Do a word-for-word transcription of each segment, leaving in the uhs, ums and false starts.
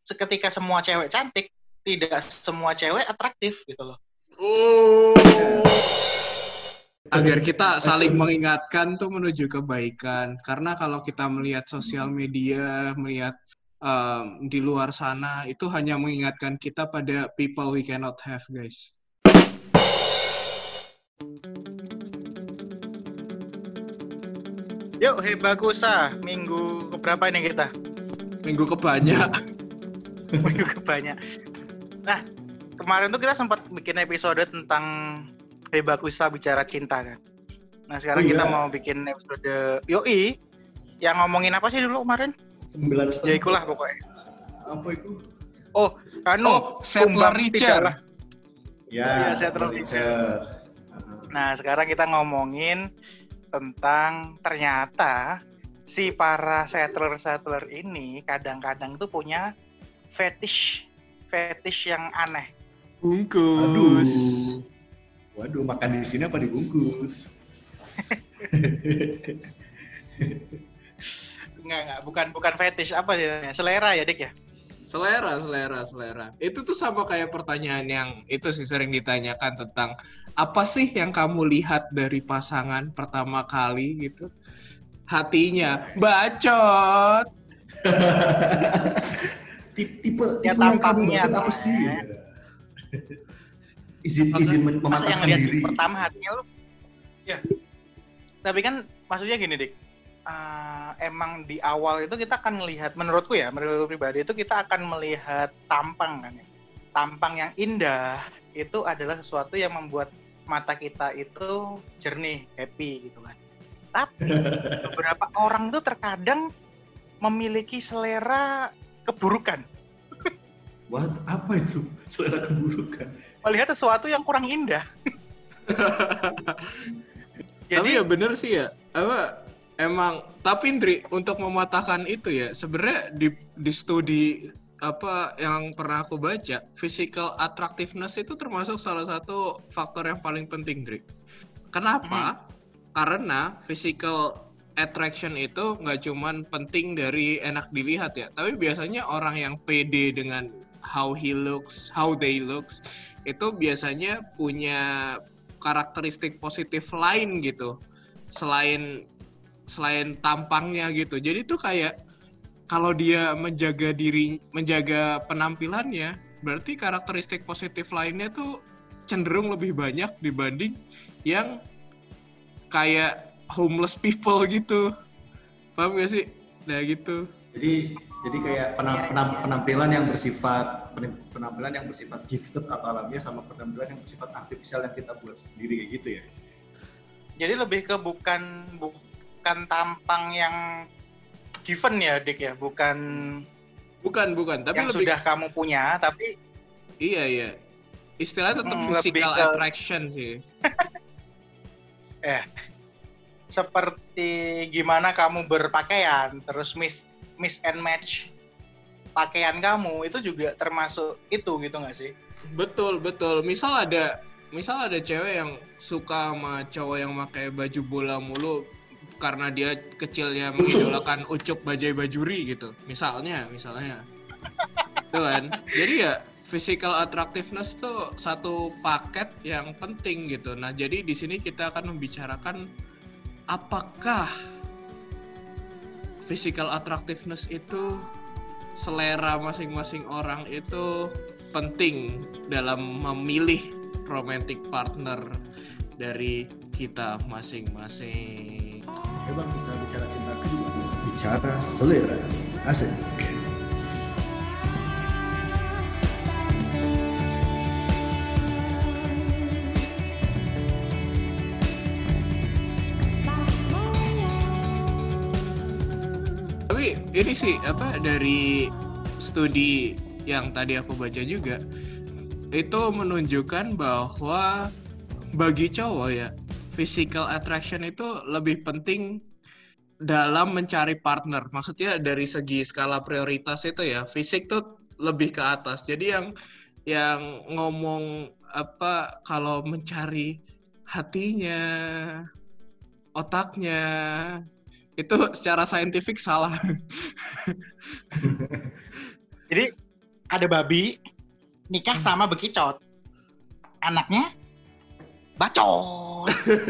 ketika semua cewek cantik, tidak semua cewek atraktif gitu loh. Oh. Agar kita saling mengingatkan tuh menuju kebaikan. Karena kalau kita melihat sosial media, melihat um, di luar sana, itu hanya mengingatkan kita pada people we cannot have, guys. Yuk, Hebakusa. Minggu keberapa ini kita? Minggu kebanyak. Minggu kebanyak. Nah, kemarin tuh kita sempat bikin episode tentang Hebakusa bicara cinta kan. Nah sekarang oh, kita iya. mau bikin episode Yoi yang ngomongin apa sih dulu kemarin? Sembilan ya ikulah pokoknya. Apa itu? Oh, anu oh, Settler Richard. Ya, ya Settler Richard. Nah sekarang kita ngomongin tentang ternyata si para settler-settler ini kadang-kadang tuh punya fetish, fetish yang aneh. Bungkus. Aduh. Waduh, makan di sini apa dibungkus? Enggak, enggak, bukan bukan fetish, apa sih? Selera ya, Dik ya? Selera, selera, selera. Itu tuh sama kayak pertanyaan yang itu sih sering ditanyakan tentang apa sih yang kamu lihat dari pasangan pertama kali gitu? Hatinya bacot. tipe tipe ya, yang kamu lihat apa sih? izin izin memantaskan diri. Pertama hatinya lu ya. Tapi kan maksudnya gini, Dik. Uh, emang di awal itu kita akan melihat, menurutku ya, menurut pribadi itu kita akan melihat tampang kan ya. Tampang yang indah itu adalah sesuatu yang membuat mata kita itu jernih, happy gitu kan. Tapi beberapa orang tuh terkadang memiliki selera keburukan. Wah, apa itu? Selera keburukan. Melihat sesuatu yang kurang indah. Jadi, tapi ya bener sih ya, apa emang tapi Indri untuk mematahkan itu ya sebenarnya di di studi apa yang pernah aku baca, physical attractiveness itu termasuk salah satu faktor yang paling penting, Indri. Kenapa? Hmm. Karena physical attraction itu nggak cuman penting dari enak dilihat ya, tapi biasanya orang yang pede dengan how he looks, how they looks itu biasanya punya karakteristik positif lain gitu selain selain tampangnya gitu. Jadi tuh kayak kalau dia menjaga diri, menjaga penampilannya, berarti karakteristik positif lainnya tuh cenderung lebih banyak dibanding yang kayak homeless people gitu. Paham gak sih? Nah gitu. Jadi jadi kayak penam, penam, penampilan yang bersifat penampilan yang bersifat gifted atau alamiah sama penampilan yang bersifat artifisial yang kita buat sendiri kayak gitu ya. Jadi lebih ke bukan bukan tampang yang given ya, Dik ya, bukan bukan bukan tapi yang lebih sudah kamu punya, tapi iya iya. Istilahnya tetap hmm, physical ke... attraction sih. eh seperti gimana kamu berpakaian, terus miss miss and match pakaian kamu itu juga termasuk itu gitu nggak sih? Betul betul. Misal ada misal ada cewek yang suka sama cowok yang pakai baju bola mulu karena dia kecilnya mengidolakan Ucup Bajaj Bajuri gitu. Misalnya, misalnya. Tuh kan. Jadi ya physical attractiveness tuh satu paket yang penting gitu. Nah, jadi di sini kita akan membicarakan apakah physical attractiveness itu selera masing-masing orang itu penting dalam memilih romantic partner dari kita masing-masing. Emang bisa bicara cinta kedua, bicara selera, asik. Tapi ini sih apa dari studi yang tadi aku baca juga itu menunjukkan bahwa bagi cowok ya physical attraction itu lebih penting dalam mencari partner. Maksudnya dari segi skala prioritas itu ya fisik tuh lebih ke atas. Jadi yang yang ngomong apa kalau mencari hatinya, otaknya itu secara saintifik salah. Jadi ada babi nikah sama bekicot. Anaknya bacot.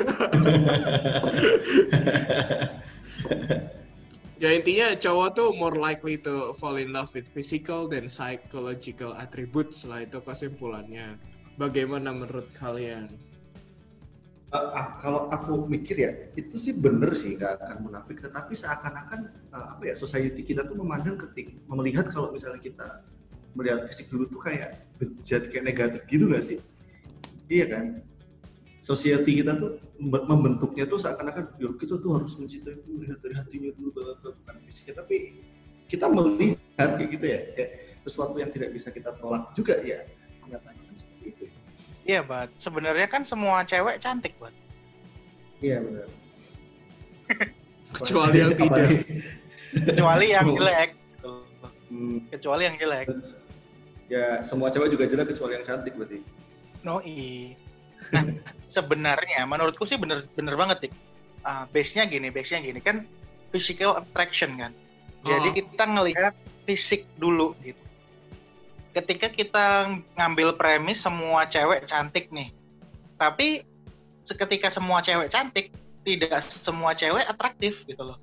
Ya intinya cowok tuh more likely to fall in love with physical than psychological attributes lah, itu kesimpulannya. Bagaimana menurut kalian? Uh, ah, kalau aku mikir ya, itu sih bener sih, nggak akan munafik. Tetapi seakan-akan uh, apa ya, society kita tuh memandang ketik, melihat kalau misalnya kita melihat fisik dulu tuh kayak bejat, kayak negatif gitu nggak sih? Iya kan? Society kita tuh membentuknya tuh seakan-akan ya kita tuh harus mencintai itu melihat dari hatinya dulu, bukan fisiknya. Tapi kita melihat kayak gitu ya, kayak sesuatu yang tidak bisa kita tolak juga ya. Nyatanya kan seperti itu. Iya, Bat. Sebenarnya kan semua cewek cantik, Bat. Iya, benar. Kecuali yang tidak. Kecuali yang jelek. Hmm. Kecuali yang jelek. Ya, semua cewek juga jelek kecuali yang cantik berarti. Noi. Nah, sebenarnya menurutku sih bener bener banget, Dik. Uh, base-nya gini, base-nya gini kan physical attraction kan. Jadi Oh. kita ngelihat fisik dulu gitu. Ketika kita ngambil premis semua cewek cantik nih, tapi ketika semua cewek cantik, tidak semua cewek atraktif gitu loh.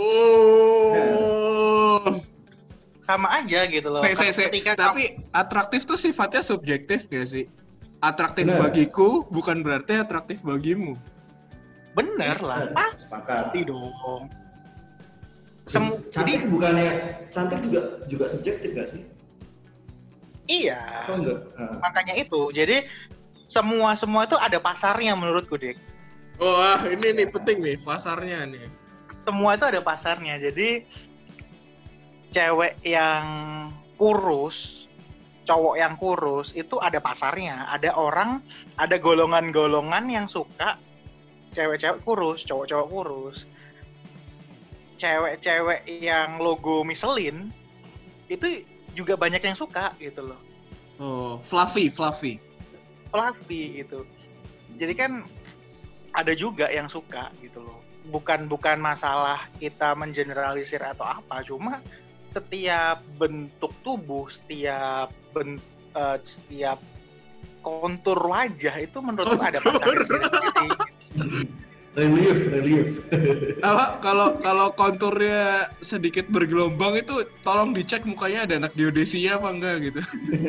Oh. Sama aja gitu loh. Se, se, se. Ketika Tapi atraktif tuh sifatnya subjektif gak sih? Atraktif Bener. bagiku bukan berarti atraktif bagimu. bener lah, pasti Sepakat. dong. Semu- Cantik jadi bukannya cantik juga juga subjektif nggak sih? iya, Atau enggak? Nah, makanya itu. Jadi semua semua itu ada pasarnya menurutku, Dik. Wah, ini nih penting nih pasarnya nih. Semua itu ada pasarnya. Jadi cewek yang kurus, cowok yang kurus itu ada pasarnya. Ada orang, ada golongan-golongan yang suka cewek-cewek kurus, cowok-cowok kurus. Cewek-cewek yang logo Michelin itu juga banyak yang suka gitu loh. Oh, fluffy, fluffy. Fluffy gitu. Jadi kan ada juga yang suka gitu loh. Bukan bukan masalah kita mengeneralisir atau apa, cuma setiap bentuk tubuh, setiap ben, uh, setiap kontur wajah itu menurutku ada pasarnya sendiri. relief, relief. Apa kalau kalau konturnya sedikit bergelombang itu tolong dicek mukanya ada anak geodesia apa enggak gitu.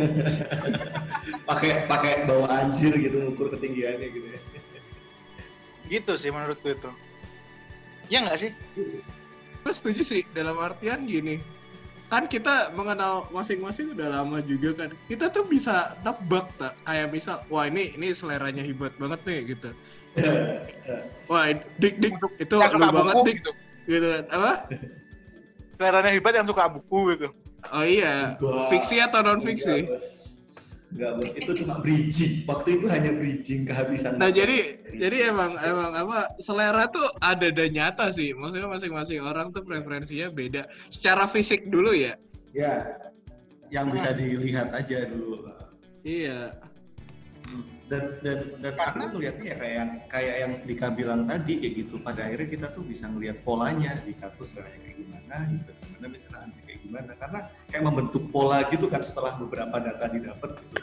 Pakai pakai bawa anjir gitu ngukur ketinggiannya gitu ya. Gitu sih menurutku itu. Ya nggak sih? Gue setuju sih, dalam artian gini, kan kita mengenal masing-masing udah lama juga kan, kita tuh bisa nebak tak, kayak misal, wah ini ini seleranya hebat banget nih gitu. Wah dik dik itu Yang lu suka banget buku dik gitu. gitu kan, apa? Seleranya hebat yang suka buku gitu. Oh iya, Enggak. fiksi atau non fiksi? Enggak, Bos. Enggak, Bos. Itu cuma bridging. Waktu itu hanya bridging kehabisan. Nah waktu. jadi jadi emang emang apa selera tuh ada dan nyata sih, maksudnya masing-masing orang tuh preferensinya beda. Secara fisik dulu ya. Ya, yang bisa dilihat aja dulu. Iya. Dan dan dan Karena- aku melihatnya ya kayak yang kayak yang Dika bilang tadi kayak gitu. Pada akhirnya kita tuh bisa ngelihat polanya di kampus kayak gimana, gitu. Gimana misalnya nanti kayak gimana. Karena kayak membentuk pola gitu kan setelah beberapa data didapat gitu.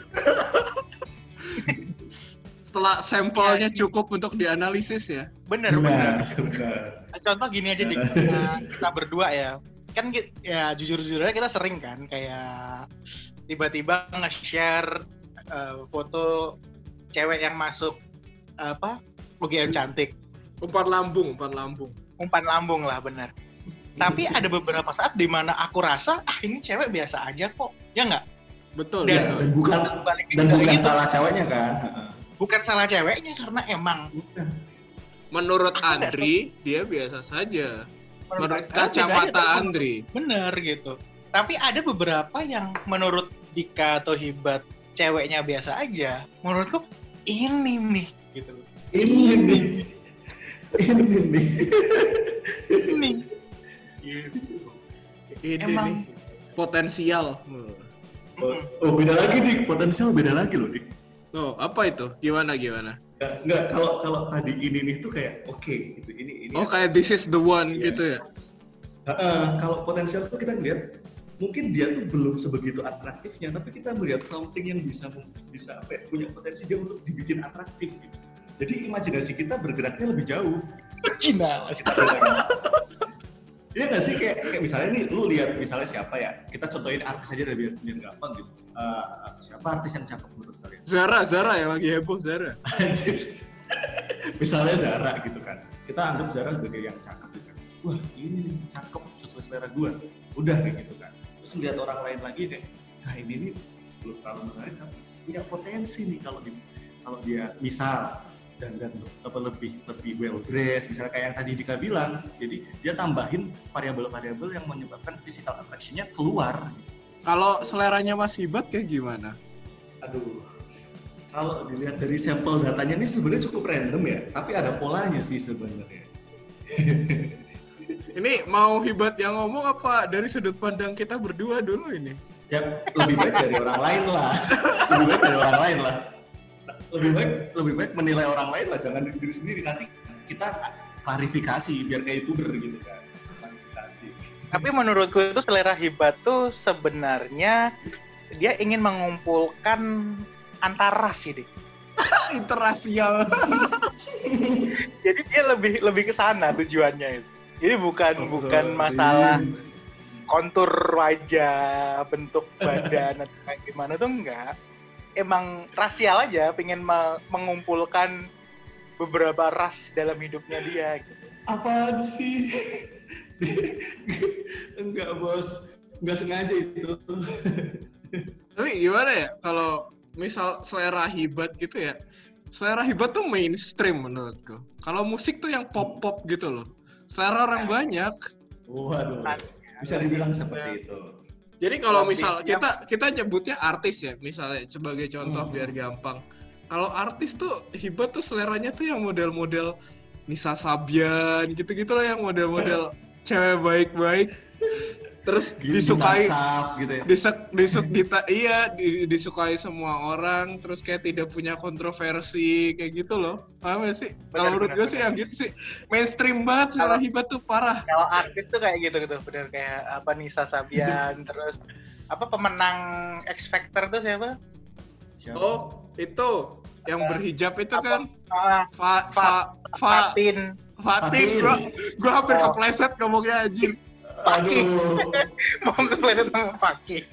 Setelah sampelnya cukup untuk dianalisis ya. Bener bener. benar. Contoh gini aja dik, kita, kita berdua ya. Kan ki- ya jujur-jujurnya kita sering kan kayak tiba-tiba nge-share uh, foto cewek yang masuk apa U G M cantik, Umpan lambung, umpan lambung. umpan lambung lah bener. Tapi ada beberapa saat di mana aku rasa ah ini cewek biasa aja kok, ya nggak? Betul, Dan- betul. Dan bukan Terus balik dan juga bukan gitu. salah ceweknya kan. Bukan salah ceweknya karena emang Menurut Aku nggak Andri, dia biasa saja. Menurut aku biasa aja, kacamata tapi Andri. bener gitu. Tapi ada beberapa yang menurut Dika atau Hibat ceweknya biasa aja. Menurutku ini nih gitu. Ini nih. Ini nih. Ini. Gitu. Ini Emang- nih potensial. Oh, oh, beda lagi nih, potensial beda lagi loh, Dik. Oh, apa itu? Gimana gimana? Enggak, enggak kalau kalau tadi ini nih tuh kayak oke gitu. Ini ini Oh, kayak this is the one Iya. gitu ya. Heeh, kalau potensial tuh kita ngeliat mungkin dia tuh belum sebegitu atraktifnya, tapi kita melihat something yang bisa bisa apa ya, punya potensi dia untuk dibikin atraktif gitu. Jadi imajinasi kita bergeraknya lebih jauh. Cina. Iya nggak sih, kayak, kayak misalnya nih lu lihat misalnya siapa ya, kita contohin artis aja biar biar gampang gitu. Uh, siapa artis yang cakep menurut kalian? Zara, Zara yang lagi heboh, Zara. Misalnya Zara gitu kan, kita anggap Zara sebagai yang cakep gitu kan. Wah ini nih cakep sesuai selera gue, udah kayak gitu kan. Terus ngeliat orang lain lagi kayak, nah ini nih belum terlalu menarik tapi punya potensi nih kalau di, kalau dia misal dan dan apa lebih lebih well dressed misalnya kayak yang tadi Dika bilang, jadi dia tambahin variabel-variabel yang menyebabkan physical attraction-nya keluar. Kalau seleranya Mas Hibat kayak gimana? Aduh, kalau dilihat dari sampel datanya ini sebenarnya cukup random ya, tapi ada polanya sih sebenarnya. Ini mau Hibat yang ngomong apa dari sudut pandang kita berdua dulu ini? Ya lebih baik dari orang lain lah, lebih baik dari orang lain lah. Lebih baik lebih baik menilai orang lain lah, jangan diri sendiri. Nanti kita klarifikasi biar kayak YouTuber gitu kan. Klarifikasi. Tapi menurutku itu selera Hibat tuh sebenarnya dia ingin mengumpulkan antar ras sih, Dik. Interrasial. Jadi dia lebih lebih ke sana tujuannya itu. Jadi bukan oh, bukan masalah kontur wajah, bentuk badan atau kayak gimana tuh enggak. Emang rasial aja, pengen me- mengumpulkan beberapa ras dalam hidupnya dia gitu. Apaan sih? Enggak bos, enggak sengaja itu. Tapi gimana ya, kalau misal selera Hibat gitu ya, selera Hibat tuh mainstream menurutku. Kalau musik tuh yang pop-pop gitu loh, selera orang banyak. Waduh, bisa dibilang seperti itu. Jadi kalau misal kita kita nyebutnya artis ya, misalnya sebagai contoh hmm. biar gampang. Kalau artis tuh Hibat tuh seleranya tuh yang model-model Nisa Sabian gitu-gitu lah, yang model-model cewek baik-baik. Terus Gini disukai Saf, gitu ya. disuk, disuk dita, iya disukai semua orang, terus kayak tidak punya kontroversi kayak gitu loh. Paham gak sih? Kalau menurut gue sih yang gitu sih mainstream banget, selera Hibat tuh parah. Kalau artis tuh kayak gitu gitu, bener kayak apa Nisa Sabian, terus apa pemenang X Factor tuh siapa? Siapa? Oh, itu yang uh, berhijab itu apa? Kan uh, Fa, Fa, Fa, Fatin. Fatin, gua, gua hampir oh. kepleset ngomongnya anjir. Fakih. Mau kepleset sama Fakih.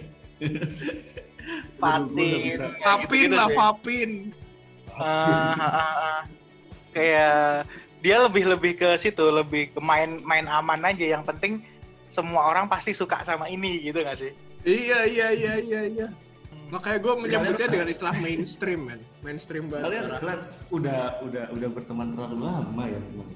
Fatin. Fapin lah, Fapin. Uh, uh, uh, kayak dia lebih-lebih ke situ, lebih ke main-main aman aja. Yang penting semua orang pasti suka sama ini gitu nggak sih? Iya, iya, iya, iya, iya. Hmm. Makanya gue menyebutnya kalian, dengan istilah mainstream, man. Mainstream banget. Kalian, kalian udah, udah, udah berteman terlalu lama ya, teman.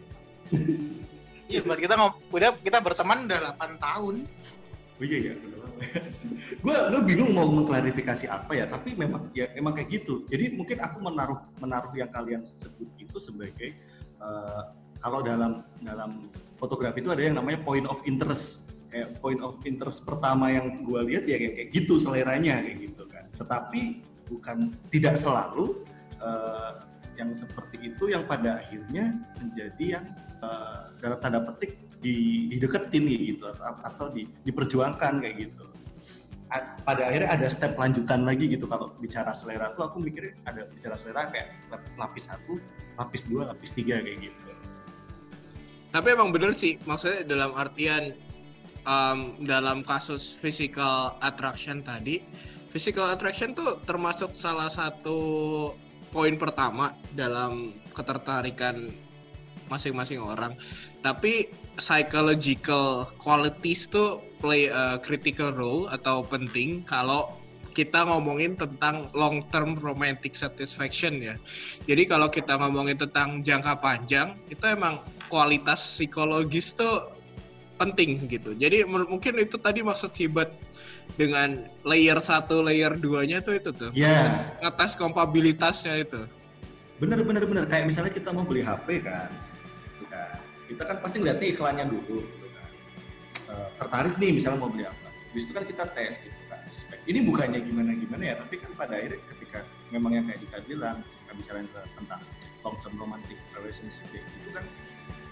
Iya, buat kita ngop, udah kita berteman udah delapan tahun. Oh iya ya, udah lama. Gue gue bingung mau mengklarifikasi apa ya, tapi memang ya emang kayak gitu. Jadi mungkin aku menaruh menaruh yang kalian sebut itu sebagai uh, kalau dalam dalam fotografi itu ada yang namanya point of interest. Kayak point of interest pertama yang gue lihat ya kayak, kayak gitu seleranya kayak gitu kan. Tetapi bukan tidak selalu uh, yang seperti itu yang pada akhirnya menjadi yang uh, dalam tanda petik di, dideketin gitu atau, atau di, diperjuangkan kayak gitu. A, pada akhirnya ada step lanjutan lagi gitu. Kalau bicara selera tuh aku mikir ada bicara selera kayak lapis satu, lapis dua, lapis tiga kayak gitu. Tapi emang bener sih, maksudnya dalam artian um, dalam kasus physical attraction tadi, physical attraction tuh termasuk salah satu poin pertama dalam ketertarikan masing-masing orang. Tapi psychological qualities tuh play a critical role atau penting kalau kita ngomongin tentang long term romantic satisfaction ya. Jadi kalau kita ngomongin tentang jangka panjang, itu emang kualitas psikologis tuh penting gitu. Jadi m- mungkin itu tadi maksud Hibat dengan layer satu, layer duanya tuh itu tuh. Iya. Yeah. Ngetes kompabilitasnya itu. Bener bener bener. Kayak misalnya kita mau beli H P kan, kita kan pasti lihat nih iklannya dulu. Gitu kan. Uh, tertarik nih misalnya mau beli apa. Habis itu kan kita tes gitu kan. Ini bukannya gimana-gimana ya, tapi kan pada akhirnya ketika memang yang kayak Dika bilang, kita bicara tentang long term romantic relationship itu kan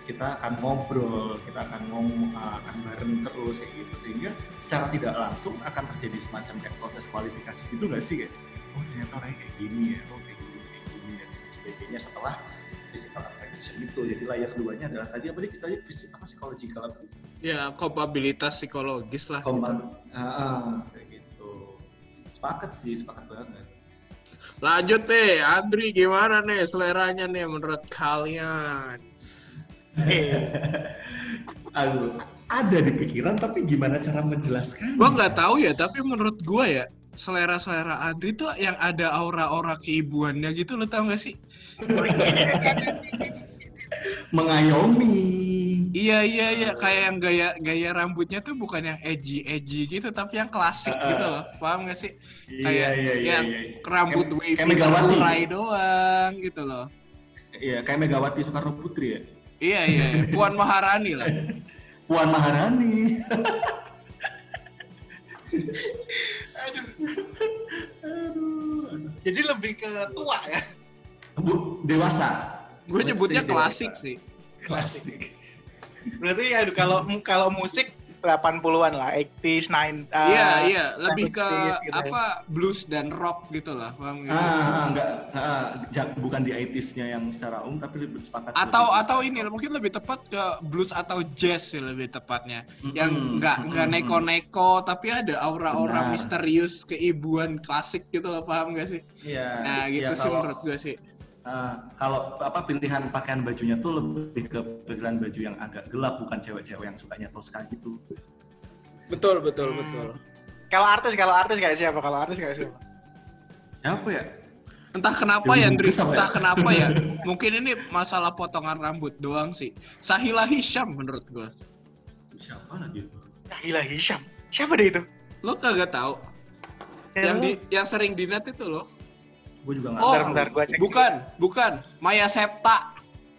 kita akan ngobrol, kita akan ngomong, akan bareng terus kayak gitu, sehingga secara tidak langsung akan terjadi semacam kayak proses kualifikasi gitu nggak sih, kayak oh ternyata orangnya kayak gini ya, oh kayak gini kayak gini dan sebagainya setelah physical attraction itu. Jadi layer keduanya adalah tadi apa nih istilahnya fisik apa psychological apa? Ya kompabilitas psikologis lah. Kompa- gitu. Ah, ah, kayak gitu. Sepakat sih, sepakat banget. Lanjut deh, Andri gimana nih seleranya nih menurut kalian? Aduh, ada di pikiran tapi gimana cara menjelaskan? Gua nggak tahu ya, tapi menurut gua ya selera-selera Andri tuh yang ada aura-aura keibuannya gitu, lo tau gak sih? Mengayomi. Iya iya iya, kayak yang gaya gaya rambutnya tuh bukan yang edgy edgy gitu, tapi yang klasik Uh, uh. gitu loh, paham gak sih? Iya, Kayak iya, iya, yang iya. rambut Kayak- wavy kayak Megawati. terurai doang gitu loh. Iya, kayak Megawati Soekarno Putri ya. Iya iya, Puan Maharani lah. Puan Maharani. Aduh. Aduh, aduh. Jadi lebih ke tua ya. Bu, dewasa. Gue Let's nyebutnya say klasik dewasa. sih. Klasik. Berarti ya aduh, kalau kalau musik delapan puluhan lah, delapan puluh, sembilan puluh. Iya iya, lebih ke seventies gitu ya. apa blues dan rock gitu lah, paham gak? Ah, ah, enggak, ah, ja- bukan di eighties-nya yang secara umum tapi lebih sepakat. Atau lebih atau secara- ini mungkin lebih tepat ke blues atau jazz sih lebih tepatnya. Mm-mm, Yang nggak nggak mm-mm. neko-neko tapi ada aura-aura Benar. misterius keibuan klasik gitu loh, paham gak sih? Iya. Nah gitu iya, sih kalau- menurut gue sih. ah, kalau apa pilihan pakaian bajunya tuh lebih ke pilihan baju yang agak gelap, bukan cewek-cewek yang sukanya toska gitu. Betul betul Hmm. betul. Kalau artis, kalau artis kayak siapa? Kalau artis kayak siapa? Siapa ya? Entah kenapa Dewi ya, Andri, Bugis apa ya? entah kenapa ya. Mungkin ini masalah potongan rambut doang sih. Sahila Hisham menurut gue. Siapa lagi itu? Nahila Hisham. Siapa deh itu? Lo kagak tahu? Yang di yang sering di net itu loh. Gue juga nggak Oh, tahu. bentar, gua cek. bukan, bukan. Maya Septa.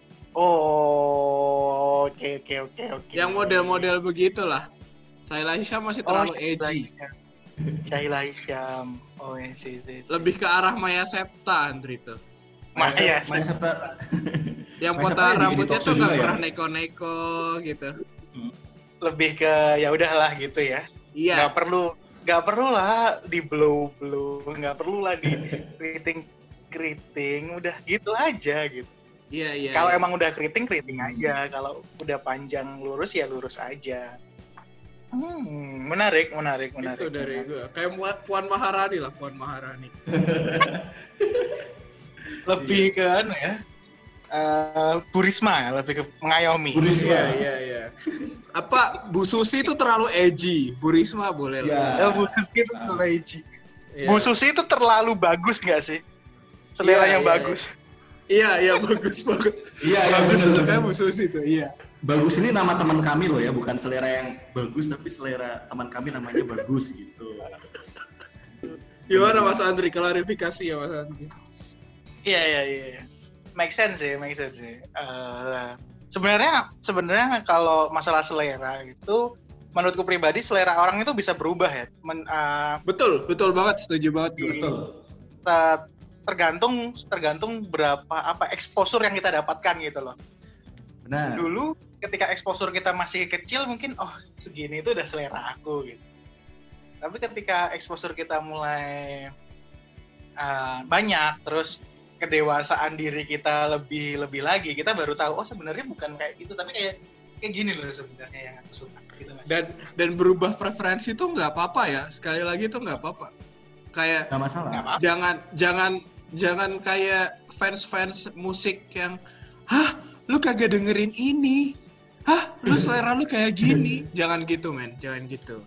Oh, oke oke oke oke. Yang model-model begitulah. Sahila Hisham masih terlalu edgy. Sahila Hisham. Oh, iya sih sih. sih. Lebih ke arah Maya Septa, Andri tuh. Maya Maya Septa. Septa. Yang Maya Septa potongan yang di- rambutnya di talk tuh show nggak juga ya? pernah neko-neko gitu. Lebih ke ya udahlah gitu ya. Iya. Nggak perlu nggak perlu lah di blow blow, nggak perlu lah di keriting keriting, udah gitu aja gitu. Iya, iya. Kalau iya. emang udah keriting keriting aja, kalau udah panjang lurus ya lurus aja. Hmm, menarik, menarik, menarik. Itu dari menarik. gue. Kayak Mu- Puan Maharani lah, Puan Maharani. Lebih ke anu ya. eh Bu Risma ya, lebih ke mengayomi. Bu Risma. Iya, iya, iya. Apa Bu Susi itu terlalu edgy, Bu Risma boleh Iya. lah. Eh, Bu Susi itu terlalu edgy. Iya. Bu Susi itu terlalu bagus nggak sih? Selera Iya, yang iya, bagus. Iya, iya bagus banget. Iya, iya Bagus bener, suka bener. Bu Susi tuh, iya. Bagus ini nama teman kami loh ya, bukan selera yang bagus tapi selera teman kami namanya bagus gitu. Gimana Mas Andri? Klarifikasi ya Mas Andri. Iya, iya, iya. Make sense sih, make sense sih. Eh, sebenarnya sebenarnya kalau masalah selera itu menurutku pribadi selera orang itu bisa berubah ya. Men, eh, Betul, betul banget, setuju banget gue. Betul. ter- tergantung tergantung berapa apa exposure yang kita dapatkan gitu loh. Benar. Dulu ketika exposure kita masih kecil mungkin oh segini itu udah selera aku gitu. Tapi ketika exposure kita mulai uh, banyak, terus kedewasaan diri kita lebih lebih lagi, kita baru tahu oh sebenarnya bukan kayak gitu, tapi kayak kayak gini loh sebenarnya yang aku suka gitu Mas. Dan dan berubah preferensi itu nggak apa-apa ya. Sekali lagi itu nggak apa-apa. Kayak Gak masalah. Nggak apa-apa. jangan jangan jangan kayak fans-fans musik yang hah lu kagak dengerin ini, hah lu selera lu kayak gini. Jangan gitu men, jangan gitu.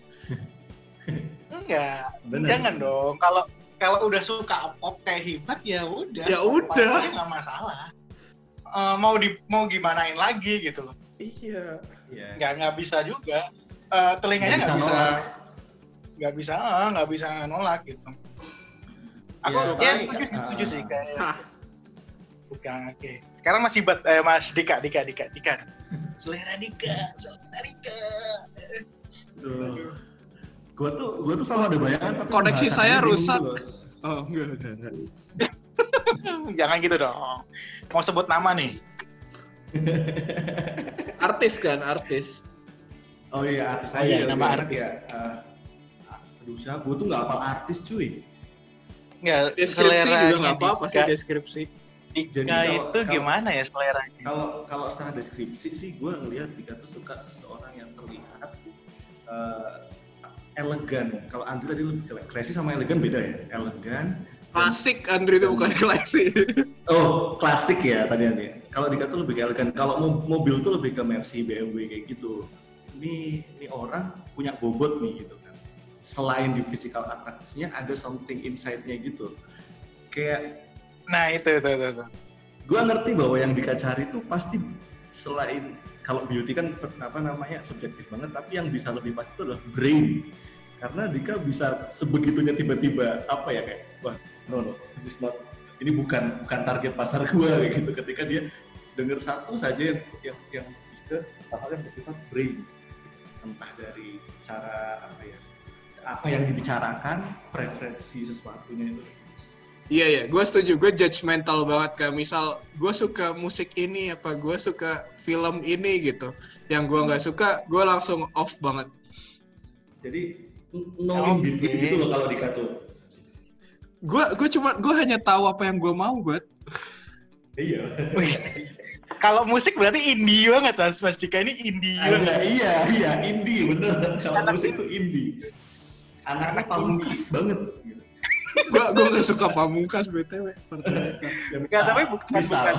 Enggak, Bener. jangan dong. Kalau kalau udah suka pop kayak Hibat ya udah. Ya pop udah. aja nggak masalah. Eh, mau di mau gimanain lagi gitu loh. Iya. Iya. Nggak nggak bisa juga. Eh, telinganya nggak Nggak bisa bisa nolak. nggak bisa eh, nggak bisa nolak gitu. Aku Ya, ya, baik. setuju sih, setuju sih Ah. kayak. Hah. Bukan oke. Sekarang masih Hibat eh, Mas Dika Dika Dika Dika. Selera Dika, selera Dika. Aduh. Gua tuh gua tuh selalu ada bayangan tapi Koneksi bahasannya saya bingung rusak. gitu loh. Oh enggak enggak enggak. Jangan gitu dong. Mau sebut nama nih. Artis kan, artis. Oh iya, artis Oh aja iya, ya, nama lebih artis. enak ya. Uh, aduh, siapa? Gue tuh nggak hafal artis cuy. Nggak, Deskripsi juga seleranya nggak apa-apa sih Dika- deskripsi. Dika Jadi kalau- itu kalau- gimana ya seleranya? Kalau kalau secara deskripsi sih gue ngelihat Dika tuh suka seseorang yang terlihat uh, elegan. Kalau Andri tadi lebih ke- classy sama elegan beda ya. Elegan. Klasik Andri itu bukan klasik. Oh, klasik ya tadi Andri. Kalau Dika tuh lebih ke elegan. Kalau mo- mobil tuh lebih ke Mercy, B M W kayak gitu. Ini ini orang punya bobot nih gitu kan. Selain di physical attractiveness-nya ada something inside-nya gitu. Kayak Nah itu itu itu. itu. gue ngerti bahwa yang Dika cari tuh pasti selain kalau beauty kan apa namanya subjektif banget, tapi yang bisa lebih pasti itu adalah brain. Karena Dika bisa sebegitunya tiba-tiba apa ya kayak wah no no this is not, ini bukan bukan target pasar gue kayak gitu ketika dia dengar satu saja yang yang, yang ke hal yang bersifat brain, entah dari cara apa ya apa yang dibicarakan, preferensi sesuatunya itu. Iya ya, gue setuju. Gue judgmental banget kayak misal gue suka musik ini apa gue suka film ini gitu. Yang gue nggak suka, gue langsung off banget. Jadi no in between Oke. gitu loh kalau Dika tuh. Gue gue cuma gue hanya tahu apa yang gue mau buat. Iya. Wih. Kalau musik berarti indie banget Mas. Mas Dika ini indie banget. Ada, iya, iya, indie, bener. Kalau Anak musik itu indie. Anaknya pamungkas banget. Gue gue nggak suka Pamungkas btw. Enggak, tapi bukan Misal. bukan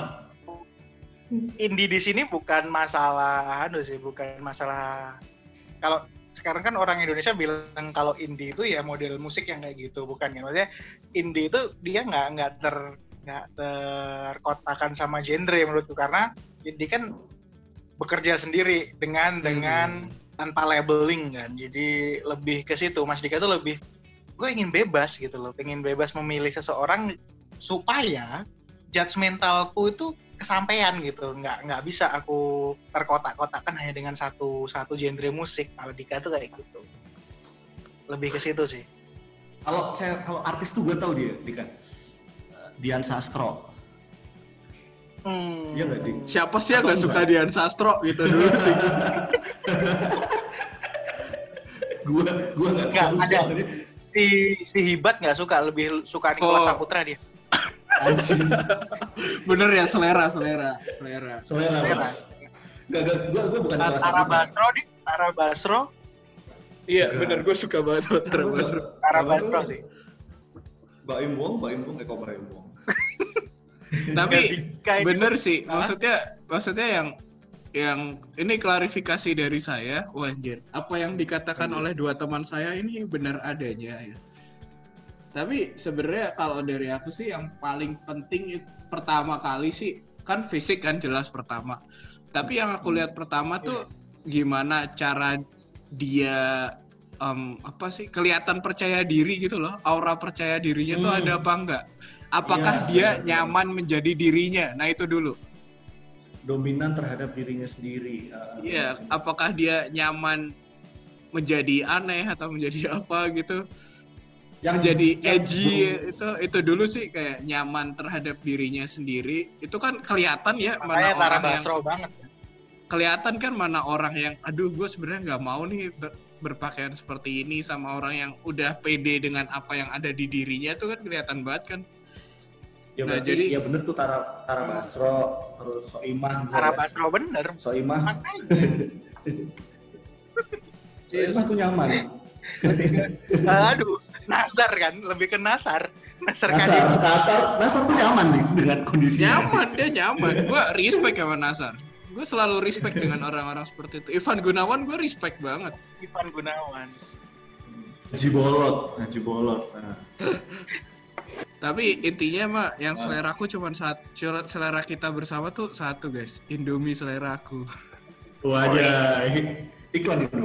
indie di sini bukan masalah anu sih, bukan masalah kalau sekarang kan orang Indonesia bilang kalau indie itu ya model musik yang kayak gitu, bukan ya? Maksudnya indie itu dia nggak nggak ter nggak terkotakan sama genre menurutku, karena indie kan bekerja sendiri dengan Hmm. dengan tanpa labeling kan, jadi lebih ke situ. Mas Dika tuh lebih gue ingin bebas gitu loh, pengen bebas memilih seseorang supaya judgmentalku itu kesampaian gitu, nggak nggak bisa aku terkotak-kotakan hanya dengan satu satu genre musik. Kalau Dika tuh kayak gitu, lebih ke situ sih. Kalau saya kalau artis tuh gue tahu dia, Dika. Dian Sastro. Hmm. Iya nggak, Dik? Siapa sih yang Atau nggak suka enggak? Dian Sastro gitu dulu sih. Gue gue nggak Nggak, tahu ada. soalnya. Si si Hibat nggak suka, lebih suka Oh. Nicholas Saputra dia. Anjing. Bener ya, selera selera selera. Selera Selera. mas. Gak gak gue gue bukan Tara Saputra. Basro di Tara Basro Iya Enggak. bener, gue suka banget sama Tara Basro. Tara Basro sih. Mbak Im Wong, Mbak Im Wong, Eko Mbak Im Wong. Tapi Dika ini- bener sih, Hah? maksudnya maksudnya yang yang ini klarifikasi dari saya, wanjir. Apa yang dikatakan oleh dua teman saya ini benar adanya ya. Tapi sebenarnya kalau dari aku sih yang paling penting it- pertama kali sih kan fisik kan jelas pertama. Tapi yang aku lihat pertama tuh gimana cara dia em, apa sih kelihatan percaya diri gitu loh, aura percaya dirinya tuh Hmm. ada apa enggak? Apakah Iya, dia benar-benar. nyaman menjadi dirinya? Nah itu dulu. Dominan terhadap dirinya sendiri. Uh, Iya, apakah dia nyaman menjadi aneh atau menjadi apa gitu? yang Menjadi yang edgy belum- itu itu dulu sih kayak nyaman terhadap dirinya sendiri. Itu kan kelihatan ya mana Makanya Tara orang yang Basro banget. kelihatan kan mana orang yang aduh gue sebenarnya nggak mau nih ber- berpakaian seperti ini sama orang yang udah pede dengan apa yang ada di dirinya itu kan kelihatan banget kan. Ya Nah, berarti jadi- ya bener tuh Tara Tara Basro, terus Soimah. Tara misalnya. Basro bener. Soimah, Makanya. Soimah tuh nyaman. Aduh, Nasar kan, lebih ke Nasar. Nasar kan Nasar, Nasar, Nasar tuh nyaman nih dengan kondisinya. Nyaman dia nyaman. Gue respect sama Nasar. Gue selalu respect dengan orang-orang seperti itu. Ivan Gunawan gue respect banget. Ivan Gunawan. Haji Bolot, Haji Bolot. Nah. Tapi intinya mah yang selera aku cuma satu, selera kita bersama tuh satu guys, Indomie selera aku. Wajah, iklan itu.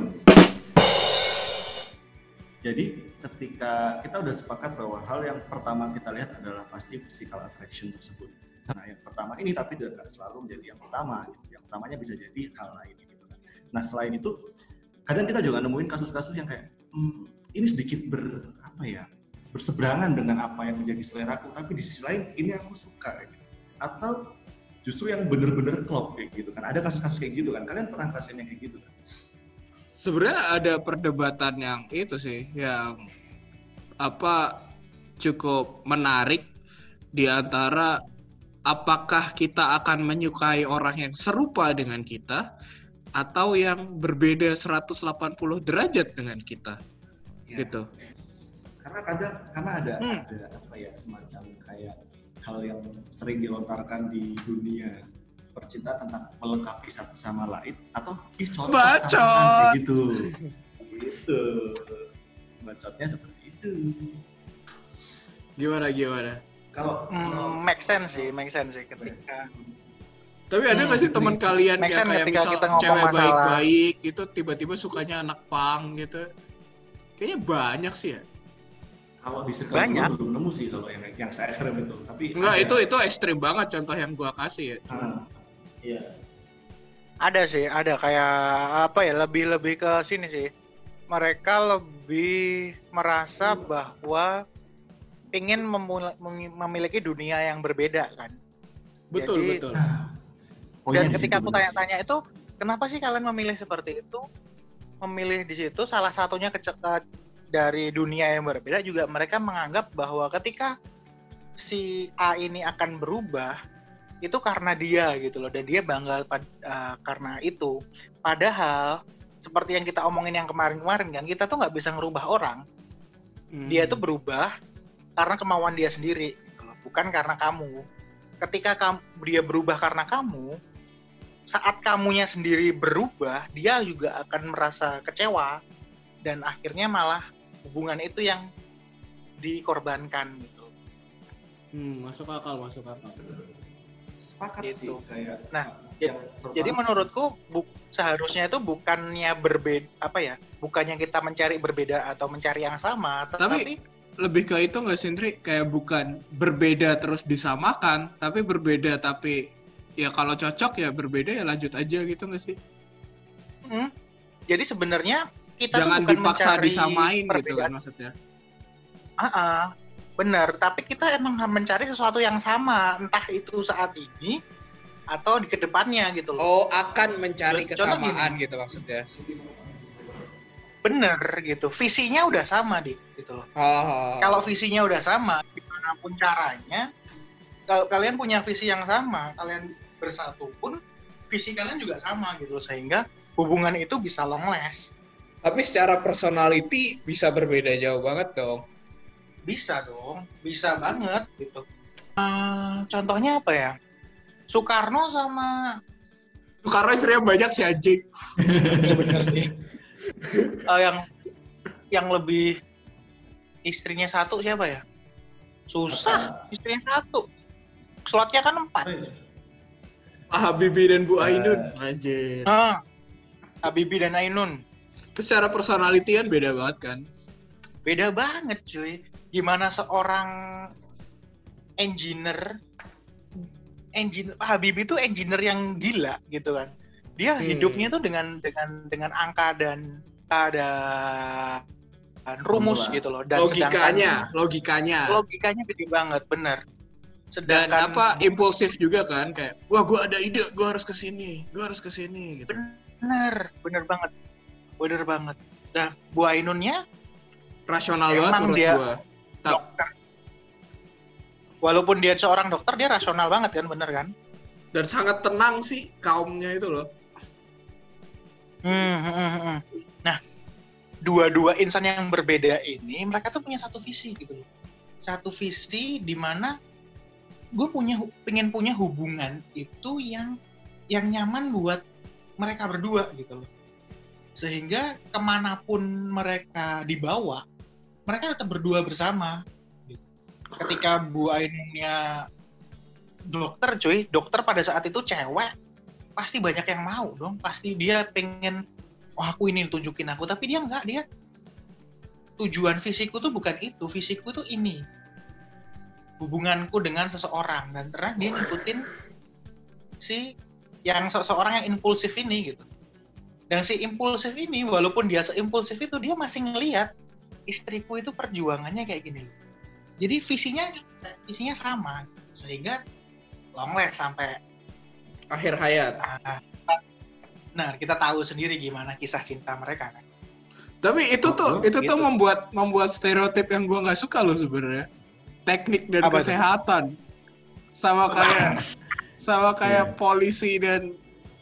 Jadi ketika kita udah sepakat bahwa hal yang pertama kita lihat adalah pasti physical attraction tersebut. Nah yang pertama ini tapi tidak selalu menjadi yang pertama. Gitu. Yang pertamanya bisa jadi hal lain. Gitu. Nah selain itu kadang kita juga nemuin kasus-kasus yang kayak hmm, ini sedikit ber apa ya berseberangan dengan apa yang menjadi seleraku, tapi di sisi lain ini aku suka. Gitu. Atau justru yang bener-bener klop kayak gitu kan. Ada kasus-kasus kayak gitu kan. Kalian pernah ngerasain yang kayak gitu kan? Sebenarnya ada perdebatan yang itu sih, yang apa cukup menarik di antara apakah kita akan menyukai orang yang serupa dengan kita atau yang berbeda seratus delapan puluh derajat dengan kita. Ya. Gitu. Karena kadang karena ada Hmm. ada apa ya semacam kayak hal yang sering dilontarkan di dunia percintaan tentang melengkapi satu sama lain atau ih cocok Bacot. sama kayak gitu. Gitu. Bacotnya seperti itu. Gimana gimana? Kalau kalau- Hmm, make sense sih, make sense sih ketika Tapi ada nggak Hmm, sih teman kalian make kayak, sense kayak ketika misal kita ngomong cewek masalah- baik-baik gitu tiba-tiba sukanya anak pang gitu? Kayaknya banyak sih ya. kalau di circle Banyak. gue belum nemu sih kalau yang yang se ekstrem itu. Tapi Enggak, ada. itu itu ekstrim banget contoh yang gua kasih ya. Ah, iya. ada sih, ada kayak apa ya, lebih-lebih ke sini sih. Mereka lebih merasa bahwa ingin memula- mem- memiliki dunia yang berbeda kan. Betul, Jadi, betul. Poinnya Dan di ketika situ aku bener sih. tanya-tanya itu, kenapa sih kalian memilih seperti itu? Memilih di situ salah satunya kece- dari dunia yang berbeda juga mereka menganggap bahwa ketika si A ini akan berubah itu karena dia gitu loh, dan dia bangga pad- uh, karena itu. Padahal seperti yang kita omongin yang kemarin-kemarin kan, kita tuh nggak bisa ngerubah orang. Hmm. Dia tuh berubah karena kemauan dia sendiri, gitu loh, bukan karena kamu. Ketika kamu, dia berubah karena kamu, saat kamunya sendiri berubah, dia juga akan merasa kecewa dan akhirnya malah hubungan itu yang dikorbankan gitu. Hmm, masuk akal, masuk akal. Sepakat Gitu. sih kayak Nah, yang Jadi pertama- menurutku bu- seharusnya itu bukannya berbeda apa ya? Bukannya kita mencari berbeda atau mencari yang sama, Tapi- tetapi Lebih ke itu nggak sih, Indri? Kayak bukan berbeda terus disamakan, tapi berbeda tapi ya kalau cocok ya berbeda ya lanjut aja gitu nggak sih? hmm, jadi sebenarnya kita Jangan tuh bukan dipaksa mencari disamain gitu kan perbedaan. maksudnya. Ah, ah, benar. Tapi kita emang mencari sesuatu yang sama, entah itu saat ini atau di kedepannya gitu loh. Oh, akan mencari Contoh kesamaan gini. gitu maksudnya. Bener gitu. Visinya udah sama dik gitu loh. Oh. Kalau visinya udah sama, gimana pun caranya, kalau kalian punya visi yang sama, kalian bersatu pun visi kalian juga sama gitu, sehingga hubungan itu bisa long last. Tapi secara personality bisa berbeda jauh banget dong. Bisa dong, bisa banget gitu. Eh, contohnya apa ya? Soekarno sama Karena istrinya banyak sih anjing. ya benar sih. Eh, yang yang lebih istrinya satu siapa ya? Susah, istrinya satu. Slotnya kan empat. Ah, Habibie dan Bu Eh. Ainun. Anjir. Ah, Habibie dan Ainun. Terus secara personality kan beda banget kan? Beda banget cuy. Gimana seorang engineer engineer Habibie itu engineer yang gila gitu kan. Dia Hmm. hidupnya tuh dengan dengan dengan angka dan ada dan rumus Formula. gitu loh. Dan Logikanya, logikanya. sedangkan- logikanya gede banget, bener. Dan Sedangkan apa impulsif juga kan kayak wah gue ada ide gue harus kesini gue harus kesini gitu. bener, bener banget, bener banget. Nah, Bu Ainunnya Rasional Emang banget menurut dia- gue. Tap. dokter. Walaupun dia seorang dokter, dia rasional banget kan, bener kan? Dan sangat tenang sih kaumnya itu loh. Hmm, hmm, hmm, hmm. Nah, dua-dua insan yang berbeda ini, mereka tuh punya satu visi gitu loh. Satu visi di mana gue punya pengen punya hubungan itu yang yang nyaman buat mereka berdua gitu loh. Sehingga kemanapun mereka dibawa, mereka tetap berdua bersama. Ketika Bu Ainunnya dokter, cuy, dokter pada saat itu cewek, pasti banyak yang mau dong, pasti dia pengen, wah aku ini tunjukin aku, tapi dia enggak, dia tujuan fisikku tuh bukan itu, fisikku tuh ini, hubunganku dengan seseorang, dan ternyata dia ngikutin si yang seseorang yang impulsif ini gitu. Dan si impulsif ini, walaupun dia seimpulsif itu, dia masih ngelihat istriku itu perjuangannya kayak gini. Jadi visinya visinya sama, sehingga long last sampai akhir hayat. Nah, kita tahu sendiri gimana kisah cinta mereka kan. Tapi itu Oh, tuh oh, itu gitu. tuh membuat membuat stereotip yang gue nggak suka loh sebenarnya. Teknik dan Apa tuh? kesehatan sama kayak sama kayak Iya. polisi dan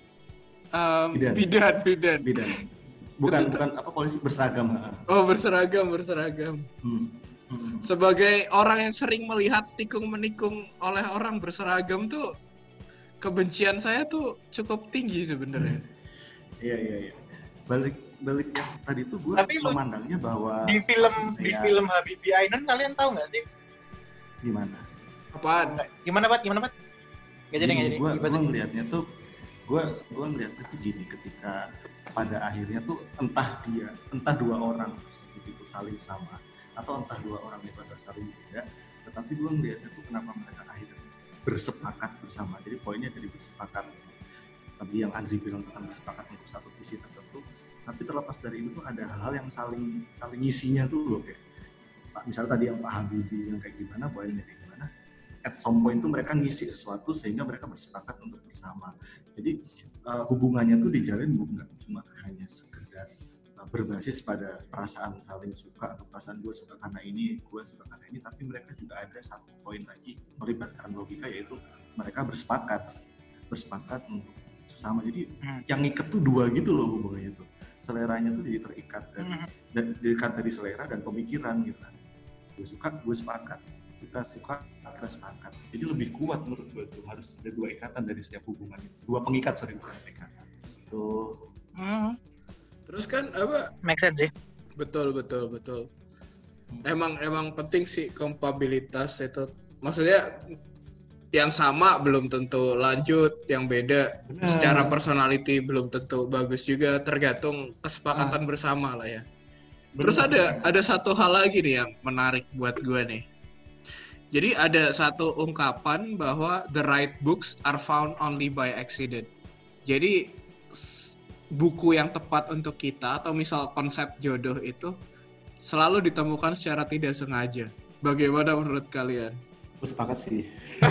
um, Bidan. bidan bidan. Bidan. Bukan Itu tuh- bukan apa polisi berseragam. ha. Oh berseragam berseragam. Hmm. Hmm. Sebagai orang yang sering melihat tikung menikung oleh orang berseragam tuh, kebencian saya tuh cukup tinggi sebenarnya. Iya iya iya. Balik balik yang tadi tuh gue Tapi lu- memandangnya bahwa Di film di ya, film Habibie Ainun kalian tahu nggak sih? gimana? Apaan? Nggak. Gimana Pat? Gimana Pat? Gak jadi nggak jadi. Gue Gimana? ngelihatnya tuh gue gue ngelihatnya tuh gini, ketika pada akhirnya tuh entah dia entah dua orang tersebut itu saling sama atau entah dua orang itu ada saling beda, tetapi gue ngelihatnya tuh kenapa mereka akhirnya bersepakat bersama. Jadi poinnya dari bersepakat. Tadi yang Andri bilang tentang bersepakat untuk satu visi tertentu, tapi terlepas dari itu tuh ada hal-hal yang saling saling ngisinya tuh loh, kayak Pak misalnya tadi yang Pak Habibie yang kayak gimana, poinnya kayak gimana, at some point tuh mereka ngisi sesuatu sehingga mereka bersepakat untuk bersama. Jadi uh, hubungannya tuh dijalin bukan cuma hanya sekedar uh, berbasis pada perasaan saling suka atau perasaan gue suka karena ini, gue suka karena ini, tapi mereka juga ada satu poin lagi melibatkan logika, yaitu mereka bersepakat bersepakat untuk sama. Jadi Hmm. yang ngiket tuh dua gitu loh hubungannya tuh. Seleranya tuh jadi terikat dari Hmm. dan terikat dari selera dan pemikiran gitu kan. Gue suka, gue sepakat. Kita suka, kita sepakat. Jadi lebih kuat menurut gue tuh, harus ada dua ikatan dari setiap hubungan itu. Dua pengikat, sorry, bukan ikatan. Tuh. Hmm. Terus kan apa? Make sense sih. Betul betul betul. Emang emang penting sih kompabilitas itu. Maksudnya yang sama belum tentu lanjut, yang beda Benar. secara personality belum tentu bagus juga, tergantung kesepakatan bersama lah ya. Terus ada ada satu hal lagi nih yang menarik buat gue nih. Jadi ada satu ungkapan bahwa the right books are found only by accident. Jadi s- buku yang tepat untuk kita atau misal konsep jodoh itu selalu ditemukan secara tidak sengaja. Bagaimana menurut kalian? Gue sepakat sih.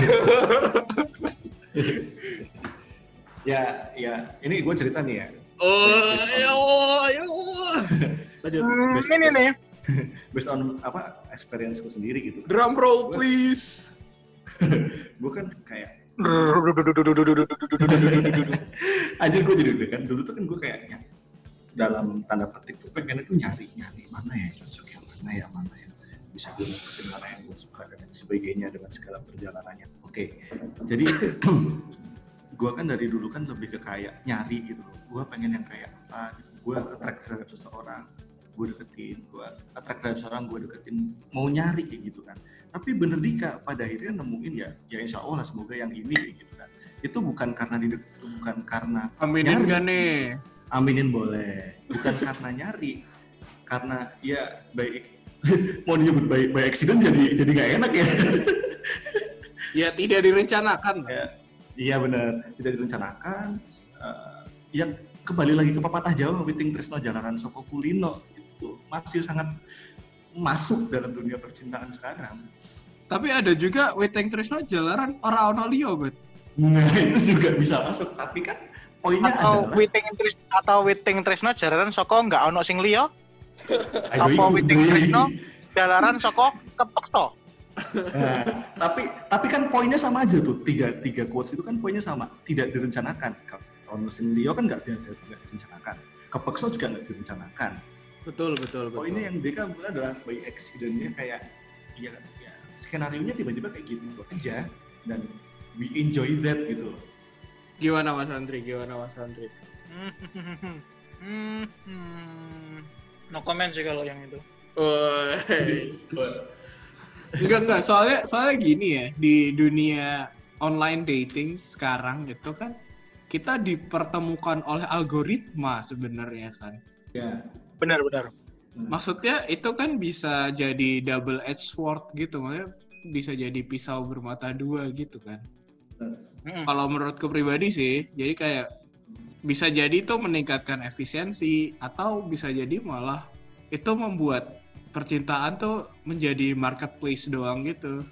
ya, ya. Ini gue cerita nih ya. Oh, ayo, ayo. Lanjut. Hmm, Best- ini best- nih. Based on apa experience gue sendiri gitu. Drum roll please. Gue kan kayak Hmm. aja gue jadi deg-degan. Dulu tuh kan gue kayaknya dalam tanda petik tuh pengen itu nyari nyari mana ya cocok, yang mana ya mana ya bisa gue dapetin, mana yang gue suka dan sebagainya dengan segala perjalanannya. Oke, jadi gue kan dari dulu kan lebih ke kayak nyari gitu loh. Gue pengen yang kayak apa? Gue attract terhadap seseorang, gue deketin, gue attract terhadap seseorang, gue deketin, mau nyari kayak gitu kan. Tapi bener Dika, pada akhirnya nemuin ya, ya insya Allah semoga yang ini kayak gitu kan. Itu bukan karena dideket, itu bukan karena Aminin nyari. gak nih? Aminin boleh, bukan karena nyari, karena ya baik mau nyebut baik by accident jadi jadi nggak enak ya. Ya tidak direncanakan. Ya, iya benar, tidak direncanakan. Uh, ya kembali lagi ke pepatah Jawa, witing tresno jalanan soko kulino, itu masih sangat masuk dalam dunia percintaan sekarang. Tapi ada juga Weteng Tresno jalaran ora ono liyo, bet. Nah itu juga bisa masuk, tapi kan poinnya Atau adalah Witing Tris atau Witing Tresno jalaran soko nggak ono sing liya. ayo Apa ikut, Witing Dri. Tresno jalaran soko kepekto. Nah, tapi tapi kan poinnya sama aja tuh, tiga tiga quotes itu kan poinnya sama, tidak direncanakan. Kalau mesin Leo kan nggak nggak direncanakan, kepekso juga nggak direncanakan. Betul, betul, betul. Poinnya yang mereka bilang adalah by accident-nya, kayak ya, ya skenario-nya tiba-tiba kayak gitu aja, dan we enjoy that gitu loh. Gimana Mas Andri? Gimana Mas Andri? Hmm, hmm. No comment sih kalau yang itu. Woi. Enggak, enggak. Soalnya soalnya gini ya, di dunia online dating sekarang itu kan kita dipertemukan oleh algoritma sebenarnya kan. Ya. Benar-benar. Maksudnya itu kan bisa jadi double edged sword gitu, maksudnya bisa jadi pisau bermata dua gitu kan. Mm-mm. Kalau menurutku pribadi sih, jadi kayak bisa jadi itu meningkatkan efisiensi atau bisa jadi malah itu membuat percintaan tuh menjadi marketplace doang gitu.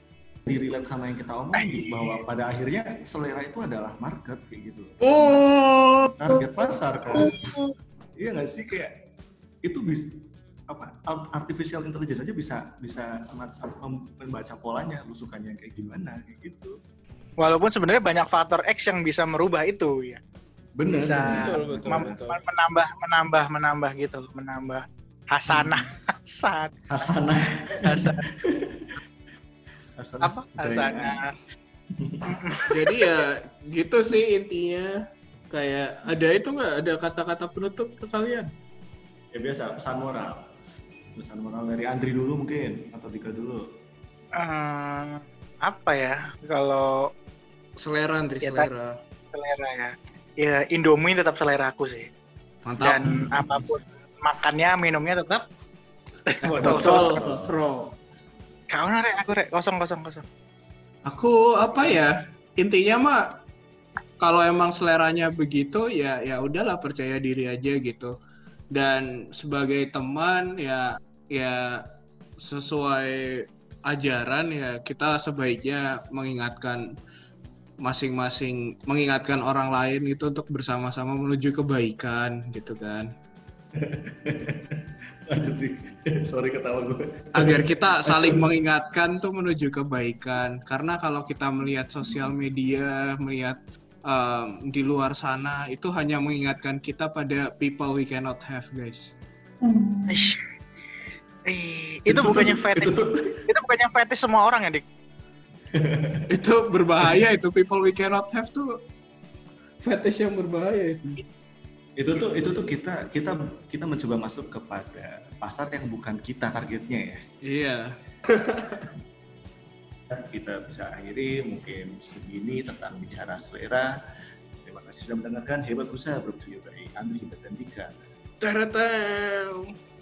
direlate sama yang kita omongin bahwa pada akhirnya selera itu adalah market kayak gitu. Oh, Target pasar kan. Iya nggak sih, kayak itu bisa apa artificial intelligence aja bisa bisa semacam membaca polanya, lu sukanya kayak gimana kayak gitu. Walaupun sebenarnya banyak faktor X yang bisa merubah itu ya. Bener. Bisa betul, betul, mem- betul. menambah menambah menambah gitu, menambah hasanah hasan Hasanah. hasan Hasanah. apa hasanah. Jadi ya gitu sih intinya. Kayak ada itu nggak, ada kata-kata penutup ke kalian? Ya biasa, pesan moral. Pesan moral dari Andri dulu mungkin, atau Dika dulu. Eh, apa ya kalau Selera, Andri, Ya, selera. selera ya, ya Indomie tetap selera aku sih. Mantap. Dan apapun makannya minumnya tetap botol Botol, sos. sosro. Kau rek aku rek kosong kosong kosong. Aku apa ya? Intinya mah kalau emang seleranya begitu ya ya udahlah, percaya diri aja gitu. Dan sebagai teman ya ya sesuai ajaran ya kita sebaiknya mengingatkan masing-masing, mengingatkan orang lain itu untuk bersama-sama menuju kebaikan gitu kan. Lanjut Dik. Sorry ketawa gue. Agar kita saling mengingatkan tuh menuju kebaikan. Karena kalau kita melihat sosial media, melihat um, di luar sana, itu hanya mengingatkan kita pada people we cannot have, guys. Eh, eh, itu bukannya fetish, Itu itu, tuh bukannya fetish semua orang ya dik? Itu berbahaya, itu people we cannot have tuh fetish yang berbahaya itu. itu tuh itu tuh kita kita kita mencoba masuk kepada pasar yang bukan kita targetnya ya. Iya. Kita bisa akhiri mungkin segini tentang bicara selera. Terima kasih sudah mendengarkan. Hebat Usaha Bro Trio dari Andri dan Dika. Taratau.